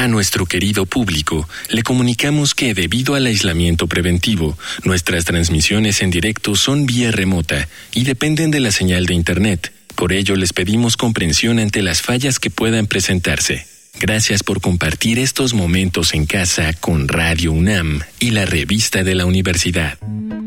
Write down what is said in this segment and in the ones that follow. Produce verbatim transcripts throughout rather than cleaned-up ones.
nuestro querido público, le comunicamos que debido al aislamiento preventivo, nuestras transmisiones en directo son vía remota y dependen de la señal de Internet. Por ello, les pedimos comprensión ante las fallas que puedan presentarse. Gracias por compartir estos momentos en casa con Radio UNAM y la revista de la universidad.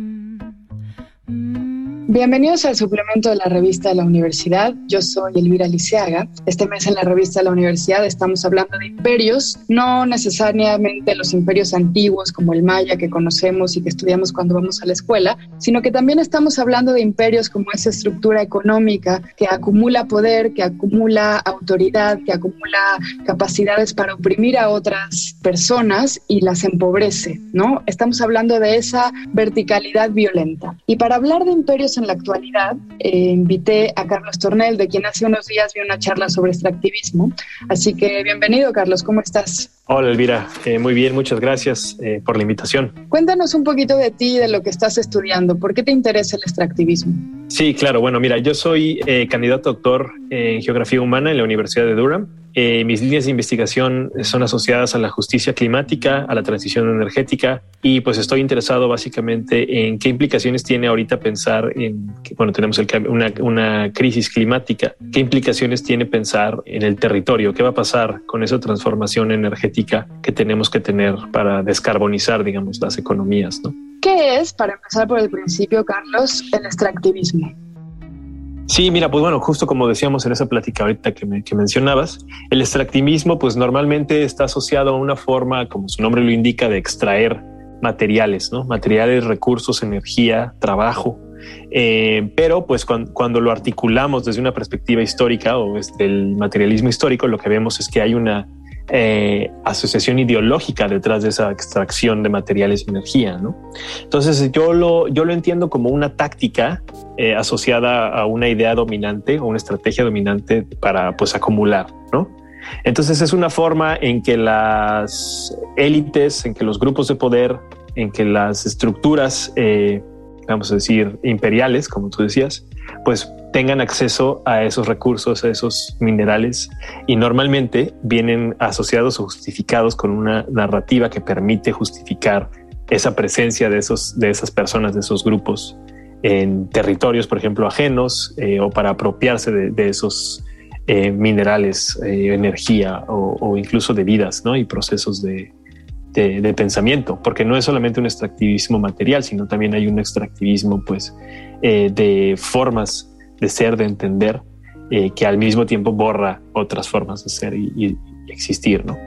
Bienvenidos al suplemento de la revista de la universidad. Yo soy Elvira Liceaga. Este mes en la revista de la universidad estamos hablando de imperios, no necesariamente los imperios antiguos como el maya que conocemos y que estudiamos cuando vamos a la escuela, sino que también estamos hablando de imperios como esa estructura económica que acumula poder, que acumula autoridad, que acumula capacidades para oprimir a otras personas y las empobrece, ¿no? Estamos hablando de esa verticalidad violenta. Y para hablar de imperios en la actualidad, eh, invité a Carlos Tornel, de quien hace unos días vi una charla sobre extractivismo. Así que bienvenido, Carlos, ¿cómo estás? Hola, Elvira. Eh, muy bien, muchas gracias eh, por la invitación. Cuéntanos un poquito de ti y de lo que estás estudiando. ¿Por qué te interesa el extractivismo? Sí, claro. Bueno, mira, yo soy eh, candidato a doctor en Geografía Humana en la Universidad de Durham. Eh, mis líneas de investigación son asociadas a la justicia climática, a la transición energética y pues estoy interesado básicamente en qué implicaciones tiene ahorita pensar en que, bueno, tenemos el, una, una crisis climática, qué implicaciones tiene pensar en el territorio, qué va a pasar con esa transformación energética que tenemos que tener para descarbonizar, digamos, las economías, ¿no? ¿Qué es, para empezar por el principio, Carlos, el extractivismo? Sí, mira, pues bueno, justo como decíamos en esa plática ahorita que, me, que mencionabas, el extractivismo pues normalmente está asociado a una forma, como su nombre lo indica, de extraer materiales, ¿no? Materiales, recursos, energía, trabajo. Eh, pero pues cuando, cuando lo articulamos desde una perspectiva histórica o desde el materialismo histórico, lo que vemos es que hay una Eh, asociación ideológica detrás de esa extracción de materiales y energía, ¿no? Entonces yo lo, yo lo entiendo como una táctica eh, asociada a una idea dominante o una estrategia dominante para pues acumular, ¿no? Entonces es una forma en que las élites, en que los grupos de poder, en que las estructuras, eh, vamos a decir, imperiales, como tú decías, pues tengan acceso a esos recursos, a esos minerales y normalmente vienen asociados o justificados con una narrativa que permite justificar esa presencia de, esos, de esas personas, de esos grupos en territorios, por ejemplo, ajenos eh, o para apropiarse de, de esos eh, minerales, eh, energía o, o incluso de vidas, ¿no? Y procesos de, de, de pensamiento, porque no es solamente un extractivismo material, sino también hay un extractivismo pues, eh, de formas de ser, de entender, eh, que al mismo tiempo borra otras formas de ser y, y existir, ¿no?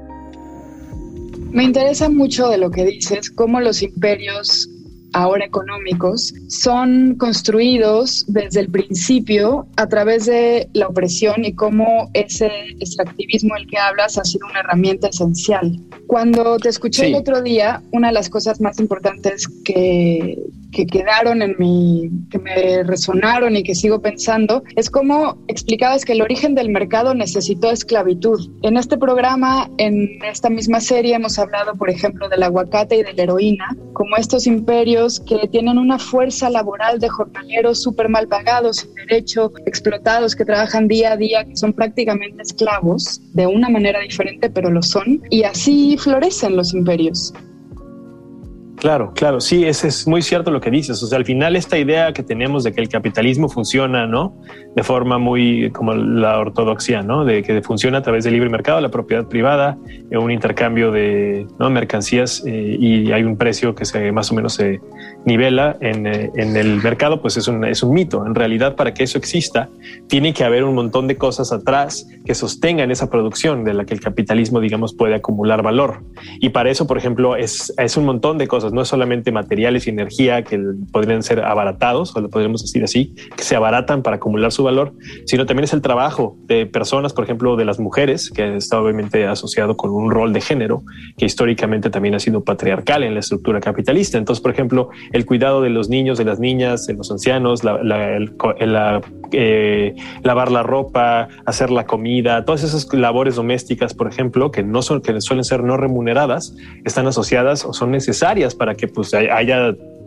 Me interesa mucho de lo que dices, cómo los imperios ahora económicos son construidos desde el principio a través de la opresión y cómo ese extractivismo del que hablas ha sido una herramienta esencial. Cuando te escuché sí. el otro día, una de las cosas más importantes que, que quedaron en mi, que me resonaron y que sigo pensando, es cómo explicabas que el origen del mercado necesitó esclavitud. En este programa, en esta misma serie, hemos hablado, por ejemplo, del aguacate y de la heroína, como estos imperios que tienen una fuerza laboral de jornaleros súper mal pagados, sin derecho, explotados, que trabajan día a día, que son prácticamente esclavos, de una manera diferente, pero lo son, y así florecen los imperios. Claro, claro, sí, es, es muy cierto lo que dices. O sea, al final esta idea que tenemos de que el capitalismo funciona, ¿no? De forma muy como la ortodoxia, ¿no? De que funciona a través del libre mercado, la propiedad privada, eh, un intercambio de ¿no? mercancías eh, y hay un precio que se más o menos se nivela en, eh, en el mercado, pues es un, es un mito. En realidad, para que eso exista, tiene que haber un montón de cosas atrás que sostengan esa producción de la que el capitalismo, digamos, puede acumular valor. Y para eso, por ejemplo, es, es un montón de cosas. No es solamente materiales y energía que podrían ser abaratados, o lo podríamos decir así, que se abaratan para acumular su valor, sino también es el trabajo de personas, por ejemplo, de las mujeres, que está obviamente asociado con un rol de género que históricamente también ha sido patriarcal en la estructura capitalista. Entonces, por ejemplo, el cuidado de los niños, de las niñas, de los ancianos, la, la, el, la, eh, lavar la ropa, hacer la comida, todas esas labores domésticas, por ejemplo, que no son, que suelen ser no remuneradas, están asociadas o son necesarias para que pues haya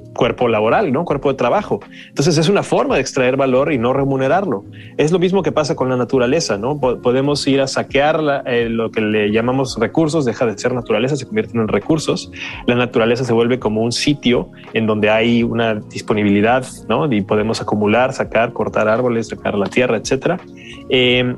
cuerpo laboral, ¿no? Cuerpo de trabajo. Entonces es una forma de extraer valor y no remunerarlo. Es lo mismo que pasa con la naturaleza, ¿no? Podemos ir a saquear la, eh, lo que le llamamos recursos, deja de ser naturaleza, se convierten en recursos. La naturaleza se vuelve como un sitio en donde hay una disponibilidad, ¿no? Y podemos acumular, sacar, cortar árboles, sacar la tierra, etcétera. Eh,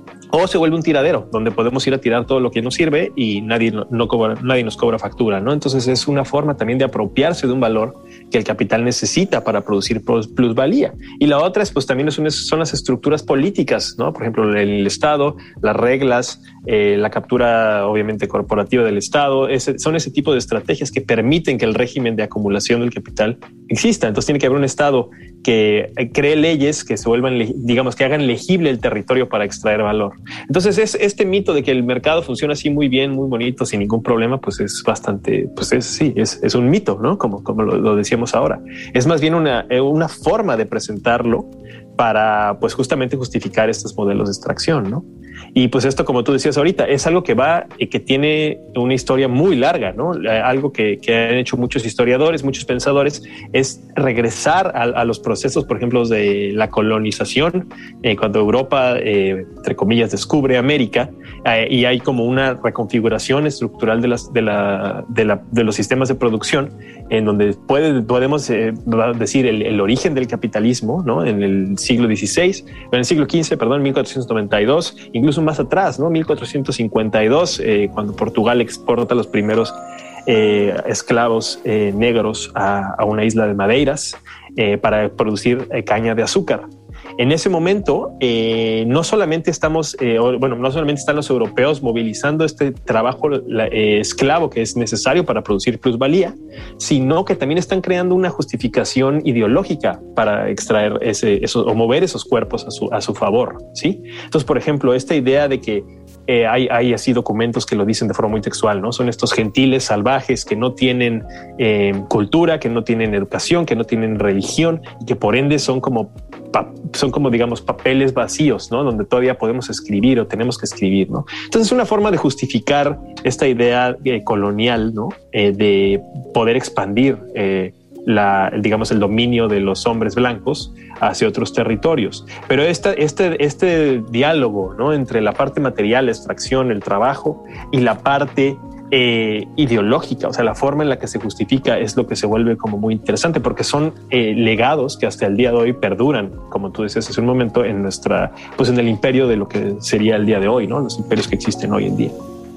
O se vuelve un tiradero donde podemos ir a tirar todo lo que nos sirve y nadie, no, no cobra, nadie nos cobra factura, ¿no? Entonces es una forma también de apropiarse de un valor que el capital necesita para producir plusvalía. Y la otra es, pues también es un, son las estructuras políticas, ¿no? Por ejemplo, el, el Estado, las reglas, eh, la captura obviamente corporativa del Estado, ese, son ese tipo de estrategias que permiten que el régimen de acumulación del capital exista. Entonces tiene que haber un Estado que cree leyes que se vuelvan, digamos, que hagan legible el territorio para extraer valor. Entonces es este mito de que el mercado funciona así muy bien, muy bonito, sin ningún problema, pues es bastante, pues es sí, es, es un mito, ¿no? Como, como lo, lo decíamos ahora. Es más bien una, una forma de presentarlo para, pues justamente justificar estos modelos de extracción, ¿no? Y pues esto, como tú decías ahorita, es algo que va y que tiene una historia muy larga, ¿no? Algo que, que han hecho muchos historiadores, muchos pensadores, es regresar a, a los procesos, por ejemplo, de la colonización, eh, cuando Europa, eh, entre comillas, descubre América, eh, y hay como una reconfiguración estructural de, las, de, la, de, la, de los sistemas de producción, en donde puede, podemos eh, decir el, el origen del capitalismo, ¿no? En el siglo dieciséis, en el siglo quince, perdón, mil cuatrocientos noventa y dos, incluso más atrás, ¿no? mil cuatrocientos cincuenta y dos, eh, cuando Portugal exporta los primeros eh, esclavos eh, negros a, a una isla de Madeiras eh, para producir eh, caña de azúcar. En ese momento, eh, no solamente estamos, eh, bueno, no solamente están los europeos movilizando este trabajo la, eh, esclavo que es necesario para producir plusvalía, sino que también están creando una justificación ideológica para extraer ese, eso, o mover esos cuerpos a su, a su favor, ¿sí? Entonces, por ejemplo, esta idea de que Eh, hay, hay así documentos que lo dicen de forma muy textual, ¿no? Son estos gentiles salvajes que no tienen eh, cultura, que no tienen educación, que no tienen religión y que por ende son como, son como digamos papeles vacíos, ¿no? Donde todavía podemos escribir o tenemos que escribir, ¿no? Entonces es una forma de justificar esta idea eh, colonial, ¿no? Eh, de poder expandir eh, la, digamos, el dominio de los hombres blancos hacia otros territorios. Pero esta, este, este diálogo, ¿no? Entre la parte material, la extracción, el trabajo y la parte eh, ideológica, o sea, la forma en la que se justifica es lo que se vuelve como muy interesante, porque son eh, legados que hasta el día de hoy perduran, como tú decías hace un momento, en nuestra, pues en el imperio de lo que sería el día de hoy, ¿no? Los imperios que existen hoy en día.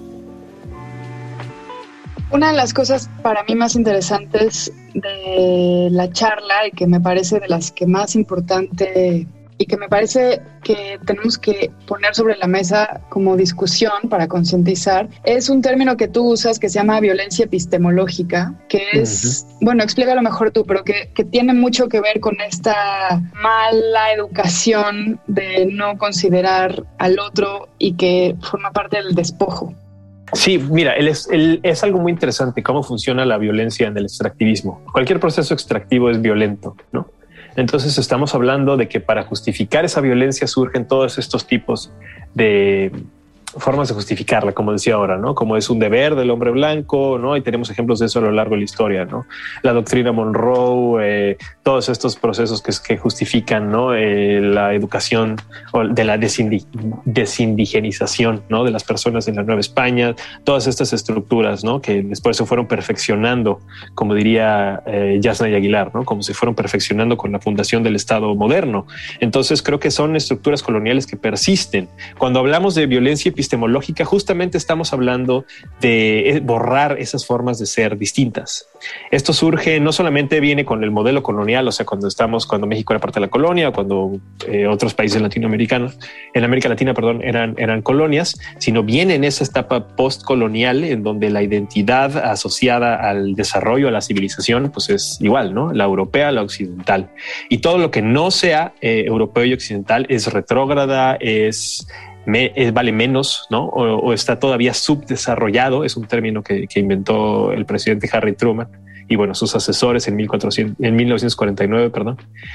Una de las cosas para mí más interesantes de la charla y que me parece de las que más importante y que me parece que tenemos que poner sobre la mesa como discusión para concientizar es un término que tú usas que se llama violencia epistemológica, que es, uh-huh. bueno, explícalo mejor tú, pero que, que tiene mucho que ver con esta mala educación de no considerar al otro y que forma parte del despojo. Sí, mira, él es, él es algo muy interesante cómo funciona la violencia en el extractivismo. Cualquier proceso extractivo es violento, ¿no? Entonces estamos hablando de que para justificar esa violencia surgen todos estos tipos de formas de justificarla, como decía ahora, ¿no? Como es un deber del hombre blanco, ¿no? Y tenemos ejemplos de eso a lo largo de la historia, ¿no? La doctrina Monroe, eh, todos estos procesos que, que justifican, ¿no? Eh, la educación o de la desindi- desindigenización, ¿no? De las personas en la Nueva España, todas estas estructuras, ¿no? Que después se fueron perfeccionando, como diría eh, Yasna y Aguilar, ¿no? Como se fueron perfeccionando con la fundación del Estado moderno. Entonces creo que son estructuras coloniales que persisten. Cuando hablamos de violencia epistemológica, justamente estamos hablando de borrar esas formas de ser distintas. Esto surge, no solamente viene con el modelo colonial, o sea, cuando estamos, cuando México era parte de la colonia, o cuando eh, otros países latinoamericanos, en América Latina, perdón, eran, eran colonias, sino viene en esa etapa postcolonial en donde la identidad asociada al desarrollo, a la civilización, pues es igual, ¿no? La europea, la occidental. Y todo lo que no sea eh, europeo y occidental es retrógrada, es Me, es, vale menos, ¿no? O, o está todavía subdesarrollado, es un término que, que inventó el presidente Harry Truman, y bueno, sus asesores en, mil cuatrocientos, en mil novecientos cuarenta y nueve, perdón,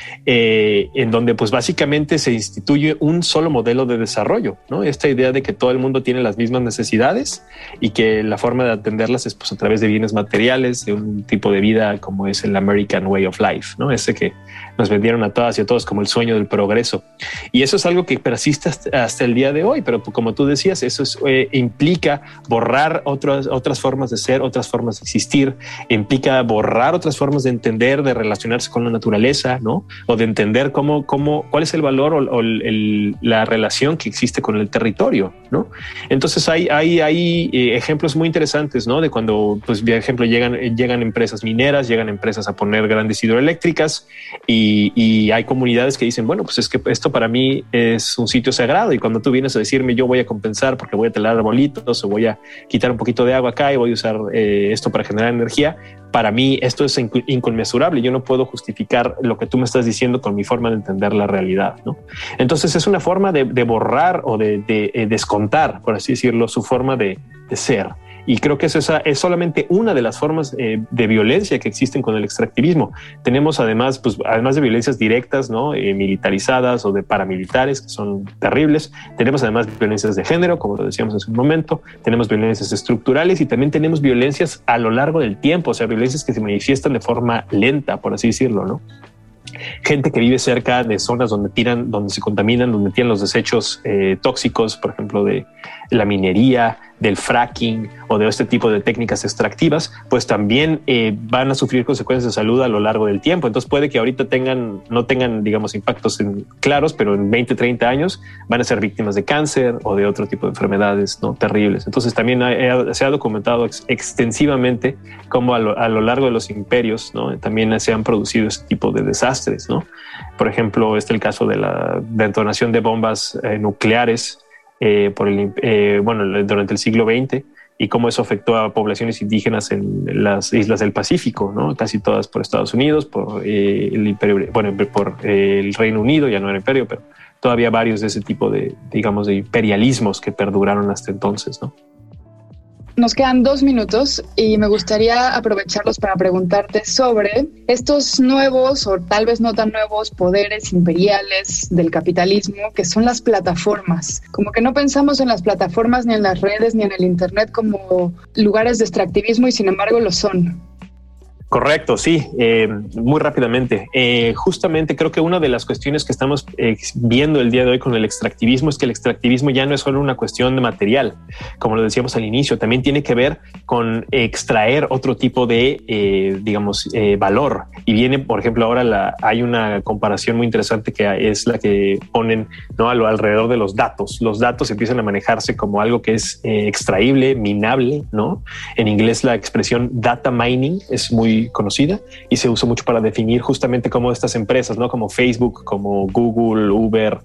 eh, en donde pues básicamente se instituye un solo modelo de desarrollo, ¿no? Esta idea de que todo el mundo tiene las mismas necesidades y que la forma de atenderlas es pues a través de bienes materiales, de un tipo de vida como es el American Way of Life, ¿no? Ese que nos vendieron a todas y a todos como el sueño del progreso. Y eso es algo que persiste hasta, hasta el día de hoy, pero como tú decías, eso es, eh, implica borrar otras, otras formas de ser, otras formas de existir, implica borrar otras formas de entender, de relacionarse con la naturaleza, ¿no? O de entender cómo, cómo, cuál es el valor o, o el, el, la relación que existe con el territorio, ¿no? Entonces hay, hay, hay eh, ejemplos muy interesantes, ¿no? De cuando, pues, por ejemplo, llegan, llegan empresas mineras, llegan empresas a poner grandes hidroeléctricas y, y hay comunidades que dicen, bueno, pues es que esto para mí es un sitio sagrado y cuando tú vienes a decirme yo voy a compensar porque voy a talar arbolitos o voy a quitar un poquito de agua acá y voy a usar eh, esto para generar energía, para mí esto es inconmensurable. Yo no puedo justificar lo que tú me estás diciendo con mi forma de entender la realidad, ¿no? Entonces es una forma de, de borrar o de, de, de descontar, por así decirlo, su forma de, de ser. Y creo que eso es, es solamente una de las formas eh, de violencia que existen con el extractivismo. Tenemos además, pues, además de violencias directas, ¿no? Eh, militarizadas o de paramilitares, que son terribles. Tenemos además violencias de género, como lo decíamos hace un momento. Tenemos violencias estructurales y también tenemos violencias a lo largo del tiempo, o sea, violencias que se manifiestan de forma lenta, por así decirlo, ¿no? Gente que vive cerca de zonas donde tiran, donde se contaminan, donde tiran los desechos eh, tóxicos, por ejemplo, de la minería, del fracking o de este tipo de técnicas extractivas, pues también eh, van a sufrir consecuencias de salud a lo largo del tiempo. Entonces puede que ahorita tengan, no tengan, digamos, impactos en, claros, pero en veinte, treinta años van a ser víctimas de cáncer o de otro tipo de enfermedades, ¿no? Terribles. Entonces también ha, se ha documentado ex, extensivamente cómo a lo, a lo largo de los imperios, ¿no? También se han producido este tipo de desastres, ¿no? Por ejemplo, este es el caso de la detonación de bombas eh, nucleares Eh, por el, eh, bueno, durante el siglo veinte y cómo eso afectó a poblaciones indígenas en las islas del Pacífico, ¿no? Casi todas por Estados Unidos, por eh, el imperio, bueno, por eh, el Reino Unido, ya no era imperio, pero todavía varios de ese tipo de, digamos, de imperialismos que perduraron hasta entonces, ¿no? Nos quedan dos minutos y me gustaría aprovecharlos para preguntarte sobre estos nuevos o tal vez no tan nuevos poderes imperiales del capitalismo que son las plataformas. Como que no pensamos en las plataformas ni en las redes ni en el internet como lugares de extractivismo y sin embargo lo son. Correcto, sí, eh, muy rápidamente. Eh, justamente creo que una de las cuestiones que estamos eh, viendo el día de hoy con el extractivismo es que el extractivismo ya no es solo una cuestión de material, como lo decíamos al inicio, también tiene que ver con extraer otro tipo de, eh, digamos, eh, valor. Y viene, por ejemplo, ahora la, hay una comparación muy interesante que es la que ponen, ¿no? A lo alrededor de los datos. Los datos empiezan a manejarse como algo que es eh, extraíble, minable, ¿no? En inglés la expresión data mining es muy conocida y se usa mucho para definir justamente cómo estas empresas, ¿no? Como Facebook, como Google, Uber,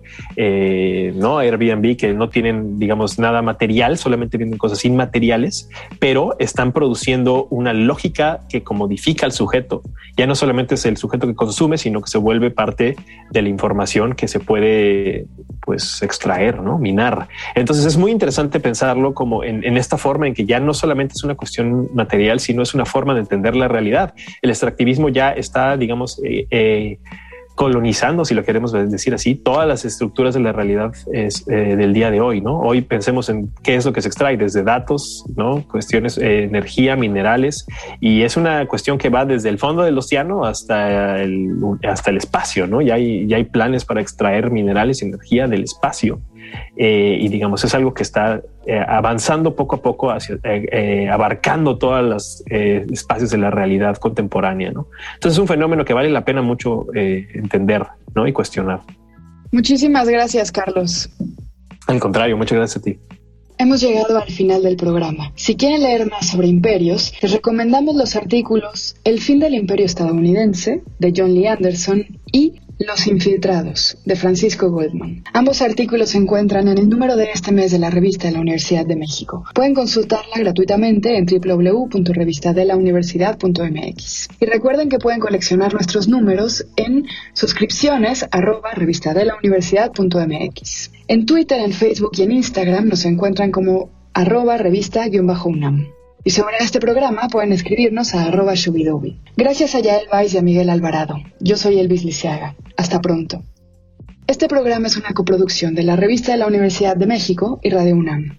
eh, ¿no? Airbnb, que no tienen, digamos, nada material, solamente venden cosas inmateriales, pero están produciendo una lógica que comodifica al sujeto. Ya no solamente es el sujeto que consume, sino que se vuelve parte de la información que se puede, pues, extraer, ¿no? Minar. Entonces es muy interesante pensarlo como en, en esta forma en que ya no solamente es una cuestión material, sino es una forma de entender la realidad. El extractivismo ya está, digamos, eh, eh, colonizando, si lo queremos decir así, todas las estructuras de la realidad es, eh, del día de hoy, ¿no? Hoy pensemos en qué es lo que se extrae, desde datos, ¿no? Cuestiones, eh, energía, minerales, y es una cuestión que va desde el fondo del océano hasta el, hasta el espacio, ¿no? Ya hay, ya hay planes para extraer minerales y energía del espacio. Eh, y digamos, es algo que está eh, avanzando poco a poco hacia, eh, eh, abarcando todos los eh, espacios de la realidad contemporánea, ¿no? Entonces es un fenómeno que vale la pena mucho eh, entender, ¿no? Y cuestionar. Muchísimas gracias, Carlos. Al contrario, muchas gracias a ti. Hemos llegado al final del programa. Si quieren leer más sobre imperios, les recomendamos los artículos El fin del imperio estadounidense, de John Lee Anderson, y Los infiltrados, de Francisco Goldman. Ambos artículos se encuentran en el número de este mes de la revista de la Universidad de México. Pueden consultarla gratuitamente en doble u doble u doble u punto revista de la universidad punto m x. Y recuerden que pueden coleccionar nuestros números en suscripciones arroba revista de la universidad punto m x. En Twitter, en Facebook y en Instagram nos encuentran como arroba revista-unam. Y sobre este programa pueden escribirnos a arroba shubidubi. Gracias a Yael Weiss y a Miguel Alvarado. Yo soy Elvis Liceaga. Hasta pronto. Este programa es una coproducción de la Revista de la Universidad de México y Radio UNAM.